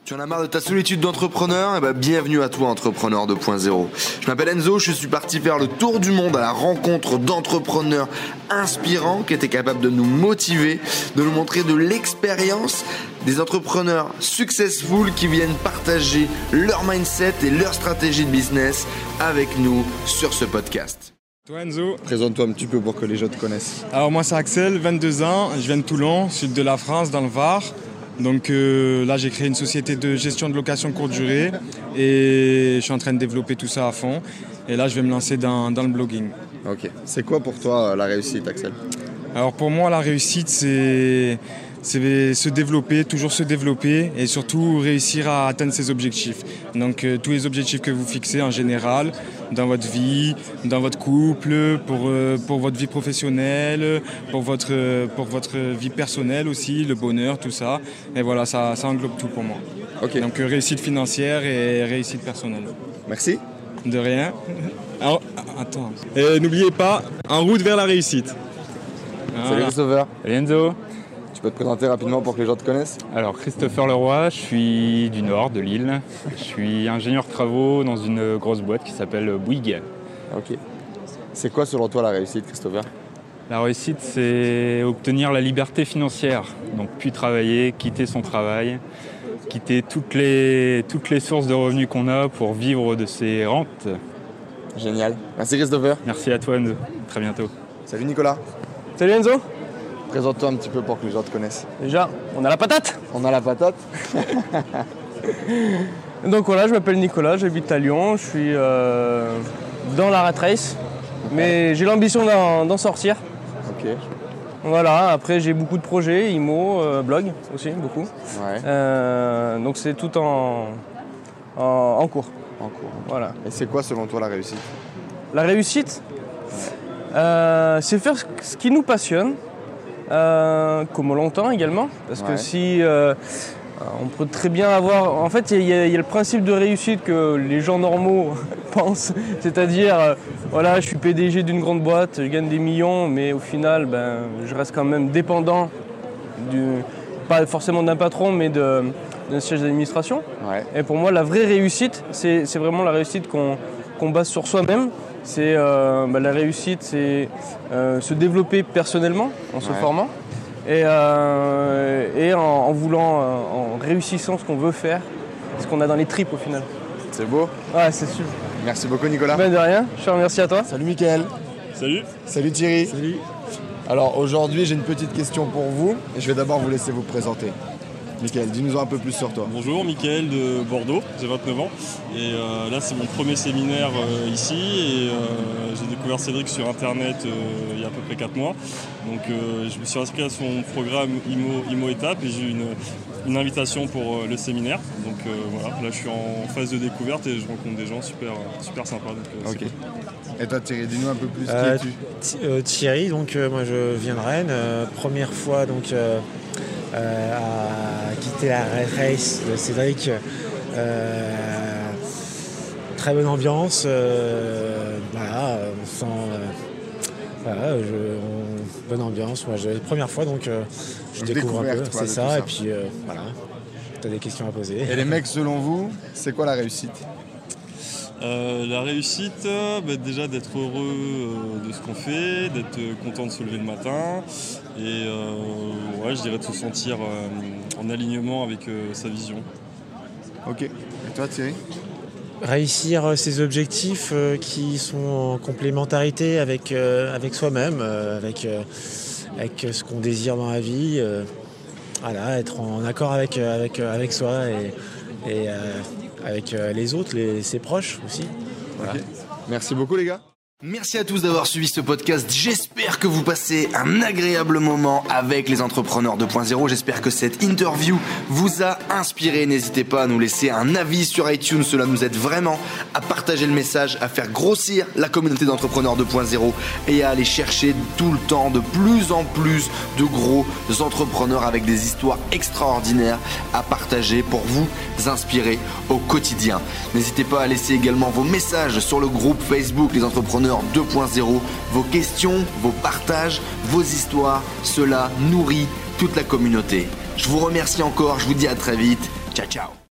Tu en as marre de ta solitude d'entrepreneur? Eh ben, bienvenue à toi, Entrepreneur 2.0. Je m'appelle Enzo, je suis parti faire le tour du monde à la rencontre d'entrepreneurs inspirants qui étaient capables de nous motiver, de nous montrer de l'expérience, des entrepreneurs successful qui viennent partager leur mindset et leur stratégie de business avec nous sur ce podcast. Toi Enzo? Présente-toi un petit peu pour que les gens te connaissent. Alors moi c'est Axel, 22 ans, je viens de Toulon, sud de la France, dans le Var. Donc là j'ai créé une société de gestion de location courte durée et je suis en train de développer tout ça à fond. Et là je vais me lancer dans le blogging. Ok. C'est quoi pour toi la réussite, Axel? Alors pour moi la réussite c'est se développer, toujours se développer et surtout réussir à atteindre ses objectifs. Donc tous les objectifs que vous fixez en général dans votre vie, dans votre couple, pour votre vie professionnelle, pour votre vie personnelle aussi, le bonheur, tout ça. Et voilà, ça englobe tout pour moi. Ok. Donc réussite financière et réussite personnelle. Merci. De rien. Alors, attends. Et n'oubliez pas, en route vers la réussite. Salut Voilà. Christopher. Salut Enzo. Tu peux te présenter rapidement pour que les gens te connaissent? Alors Christopher Leroy, je suis du nord de Lille. Je suis ingénieur travaux dans une grosse boîte qui s'appelle Bouygues. Ok. C'est quoi selon toi la réussite, Christopher? La réussite, c'est obtenir la liberté financière. Donc plus travailler, quitter son travail, quitter toutes les sources de revenus qu'on a pour vivre de ses rentes. Génial. Merci Christopher. Merci à toi Enzo. Très bientôt. Salut Nicolas. Salut Enzo. Présente-toi un petit peu pour que les gens te connaissent. Déjà, on a la patate. On a la patate. Donc voilà, je m'appelle Nicolas, j'habite à Lyon, je suis dans la rat race, mais j'ai l'ambition d'en sortir. Ok. Voilà, après j'ai beaucoup de projets, IMO, blog aussi, beaucoup. Ouais. Donc c'est tout en cours. En cours. Voilà. Et c'est quoi selon toi la réussite? La réussite, c'est faire ce qui nous passionne, comme longtemps également, parce que si on peut très bien avoir... En fait, il y a le principe de réussite que les gens normaux pensent, c'est-à-dire, voilà, je suis PDG d'une grande boîte, je gagne des millions, mais au final, je reste quand même dépendant, pas forcément d'un patron, mais d'un siège d'administration. Ouais. Et pour moi, la vraie réussite, c'est vraiment la réussite qu'on base sur soi-même. C'est la réussite, c'est se développer personnellement en se formant et en voulant, en réussissant ce qu'on veut faire, ce qu'on a dans les tripes au final. C'est beau. Ouais, c'est super. Merci beaucoup Nicolas. De rien, je te remercie à toi. Salut Mickaël. Salut. Salut Thierry. Salut. Alors aujourd'hui j'ai une petite question pour vous et je vais d'abord vous laisser vous présenter. Mickaël, dis-nous un peu plus sur toi. Bonjour, Mickaël de Bordeaux, j'ai 29 ans et là c'est mon premier séminaire ici et j'ai découvert Cédric sur internet il y a à peu près 4 mois. Donc je me suis inscrit à son programme IMO Étape et j'ai eu une invitation pour le séminaire. Donc voilà, là je suis en phase de découverte et je rencontre des gens super sympas. Donc, Ok. Et toi Thierry, dis-nous un peu plus qui es-tu? Thierry, donc moi je viens de Rennes, première fois donc à quitter la race de Cédric. Très bonne ambiance, voilà, on sent bonne ambiance. Moi, la première fois, donc je découvre un peu, c'est ça. Et puis voilà, tu as des questions à poser. Et les mecs, selon vous, c'est quoi la réussite? La réussite, déjà d'être heureux de ce qu'on fait, d'être content de se lever le matin et je dirais de se sentir en alignement avec sa vision. Ok. Et toi Thierry? Réussir ses objectifs qui sont en complémentarité avec soi-même, avec ce qu'on désire dans la vie, voilà, être en accord avec soi et avec les autres, ses proches aussi. Voilà. Okay. Merci beaucoup les gars. Merci à tous d'avoir suivi ce podcast. J'espère que vous passez un agréable moment avec les entrepreneurs 2.0. J'espère que cette interview vous a inspiré. N'hésitez pas à nous laisser un avis sur iTunes. Cela nous aide vraiment à partager le message, à faire grossir la communauté d'entrepreneurs 2.0 et à aller chercher tout le temps de plus en plus de gros entrepreneurs avec des histoires extraordinaires à partager pour vous inspirer au quotidien. N'hésitez pas à laisser également vos messages sur le groupe Facebook Les Entrepreneurs 2.0, vos questions, vos partages, vos histoires, cela nourrit toute la communauté. Je vous remercie encore, je vous dis à très vite. Ciao ciao.